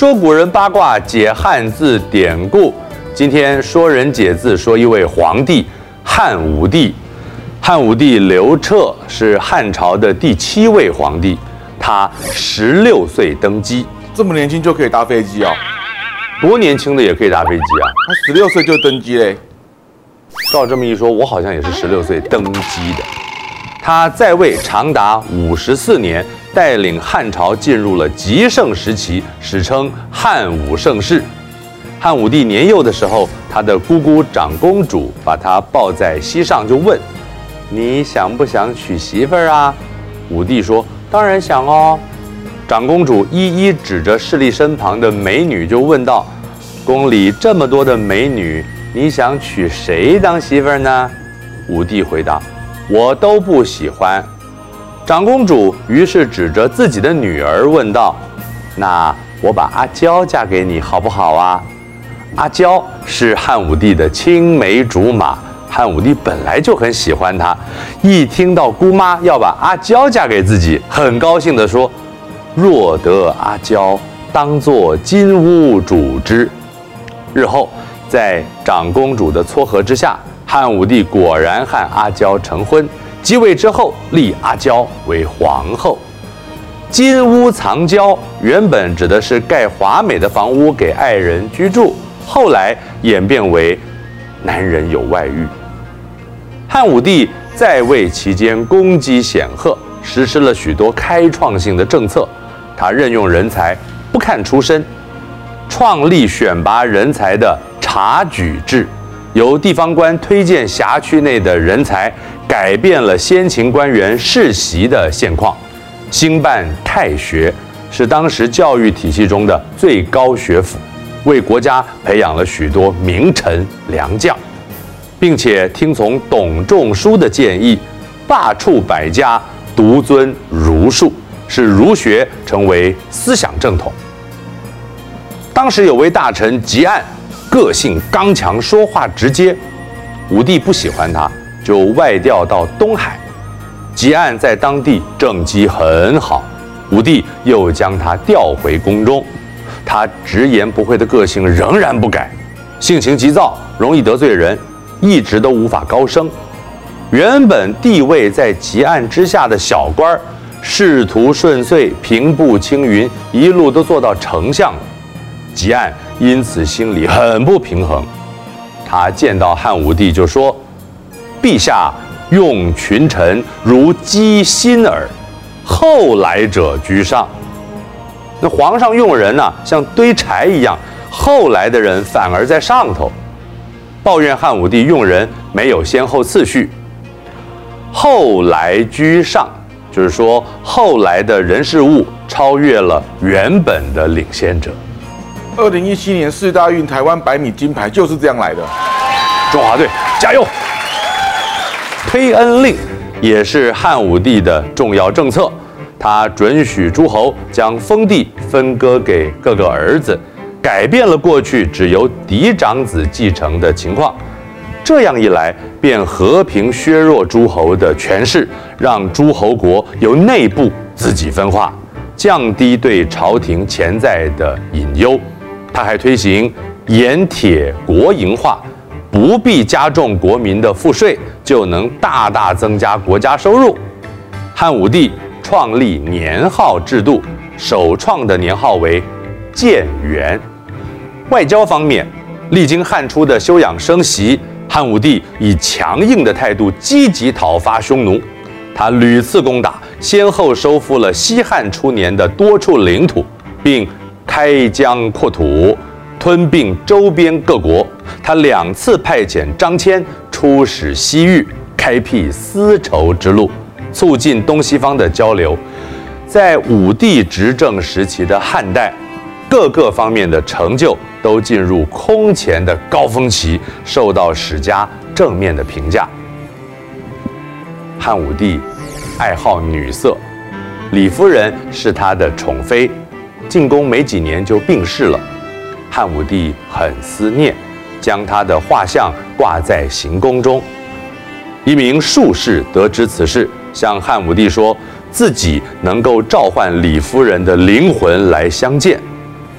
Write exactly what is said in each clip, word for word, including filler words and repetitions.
说古人八卦，解汉字典故。今天说人解字，说一位皇帝汉武帝。汉武帝刘彻是汉朝的第七位皇帝，他十六岁登基， 这么年轻就可以搭飞机啊？ 多年轻的也可以搭飞机啊？ 他十六岁就登基嘞？ 照这么一说，我好像也是十六岁登基的。他在位长达五十四年，带领汉朝进入了极盛时期，史称汉武盛世。汉武帝年幼的时候，他的姑姑长公主把他抱在膝上，就问：“你想不想娶媳妇儿啊？”武帝说：“当然想哦。”长公主一一指着侍立身旁的美女，就问道：“宫里这么多的美女，你想娶谁当媳妇儿呢？”武帝回答：“我都不喜欢。”长公主于是指着自己的女儿问道：“那我把阿娇嫁给你好不好啊？”阿娇是汉武帝的青梅竹马，汉武帝本来就很喜欢她，一听到姑妈要把阿娇嫁给自己，很高兴地说：“若得阿娇，当作金屋主之。”日后在长公主的撮合之下，汉武帝果然和阿娇成婚。即位之后，立阿娇为皇后。金屋藏娇原本指的是盖华美的房屋给爱人居住，后来演变为男人有外遇。汉武帝在位期间功绩显赫，实施了许多开创性的政策。他任用人才不看出身，创立选拔人才的察举制，由地方官推荐辖区内的人才，改变了先秦官员世袭的现况。兴办太学，是当时教育体系中的最高学府，为国家培养了许多名臣良将，并且听从董仲舒的建议，罢黜百家，独尊儒术，使儒学成为思想正统。当时有位大臣汲黯，个性刚强，说话直接，武帝不喜欢他，就外调到东海。汲黯在当地政绩很好，武帝又将他调回宫中。他直言不讳的个性仍然不改，性情急躁，容易得罪人，一直都无法高升。原本地位在汲黯之下的小官，仕途顺遂，平步青云，一路都做到丞相了。汲黯因此心里很不平衡，他见到汉武帝就说：“陛下用群臣如积薪耳，后来者居上。”那皇上用人呢、啊，像堆柴一样，后来的人反而在上头。抱怨汉武帝用人没有先后次序。后来居上，就是说后来的人事物超越了原本的领先者。 二零一七年世大运台湾百米金牌就是这样来的。 中华队加油！推恩令也是汉武帝的重要政策，他准许诸侯将封地分割给各个儿子，改变了过去只由嫡长子继承的情况。这样一来，便和平削弱诸侯的权势，让诸侯国由内部自己分化，降低对朝廷潜在的隐忧。他还推行盐铁国营化，不必加重国民的赋税，就能大大增加国家收入。汉武帝创立年号制度，首创的年号为建元。外交方面，历经汉初的休养生息，汉武帝以强硬的态度积极讨伐匈奴。他屡次攻打，先后收复了西汉初年的多处领土，并开疆扩土，吞并周边各国。他两次派遣张骞出使西域，开辟丝绸之路，促进东西方的交流。在武帝执政时期的汉代，各个方面的成就都进入空前的高峰期，受到史家正面的评价。汉武帝爱好女色，李夫人是他的宠妃，进宫没几年就病逝了。汉武帝很思念，将她的画像挂在行宫中。一名术士得知此事，向汉武帝说自己能够召唤李夫人的灵魂来相见。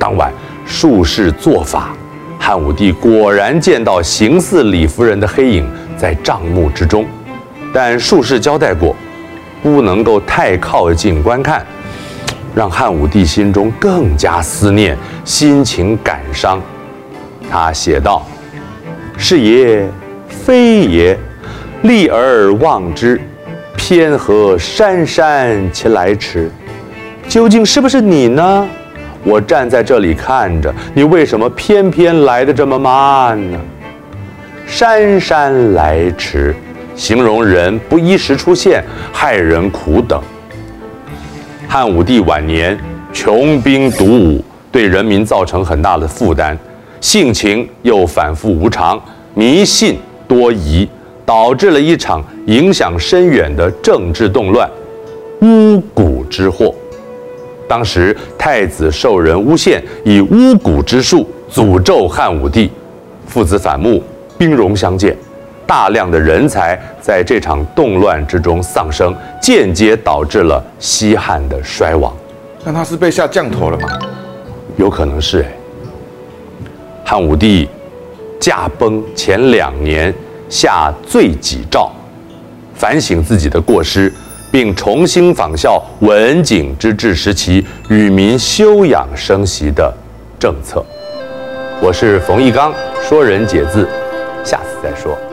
当晚术士做法，汉武帝果然见到形似李夫人的黑影在帐幕之中，但术士交代过，不能够太靠近观看，让汉武帝心中更加思念，心情感伤。他写道：“是也，非也，立而望之，偏何姗姗其来迟？究竟是不是你呢？我站在这里看着，你为什么偏偏来得这么慢呢？姗姗来迟，形容人不依时出现，害人苦等。汉武帝晚年穷兵黩武，对人民造成很大的负担，性情又反复无常，迷信多疑，导致了一场影响深远的政治动乱——巫蛊之祸。当时太子受人诬陷，以巫蛊之术诅咒汉武帝，父子反目，兵戎相见，大量的人才在这场动乱之中丧生，间接导致了西汉的衰亡。 那他是被下降头了吗？ 有可能是哎。汉武帝驾崩前两年下罪己诏，反省自己的过失，并重新仿效文景之治时期与民休养生息的政策。我是冯翊纲，说人解字，下次再说。